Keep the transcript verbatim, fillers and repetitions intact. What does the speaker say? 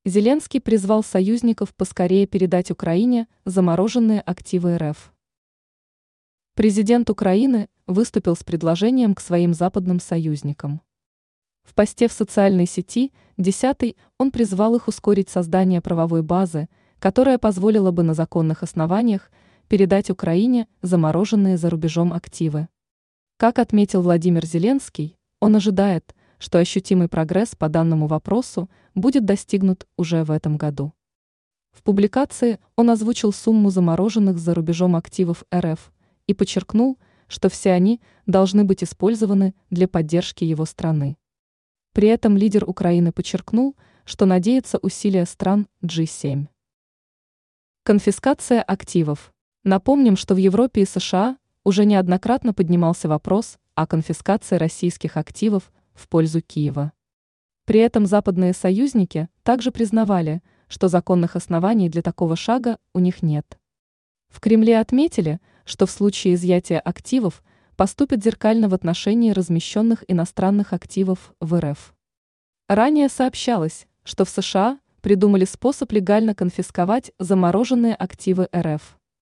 Зеленский призвал союзников поскорее передать Украине замороженные активы РФ. Президент Украины выступил с предложением к своим западным союзникам. В посте в социальной сети десятый он призвал их ускорить создание правовой базы, которая позволила бы на законных основаниях передать Украине замороженные за рубежом активы. Как отметил Владимир Зеленский, он ожидает, что ощутимый прогресс по данному вопросу будет достигнут уже в этом году. В публикации он озвучил сумму замороженных за рубежом активов РФ и подчеркнул, что все они должны быть использованы для поддержки его страны. При этом лидер Украины подчеркнул, что надеется усилия стран джи семь. Конфискация активов. Напомним, что в Европе и США уже неоднократно поднимался вопрос о конфискации российских активов в пользу Киева. При этом западные союзники также признавали, что законных оснований для такого шага у них нет. В Кремле отметили, что в случае изъятия активов поступят зеркально в отношении размещенных иностранных активов в РФ. Ранее сообщалось, что в США придумали способ легально конфисковать замороженные активы РФ.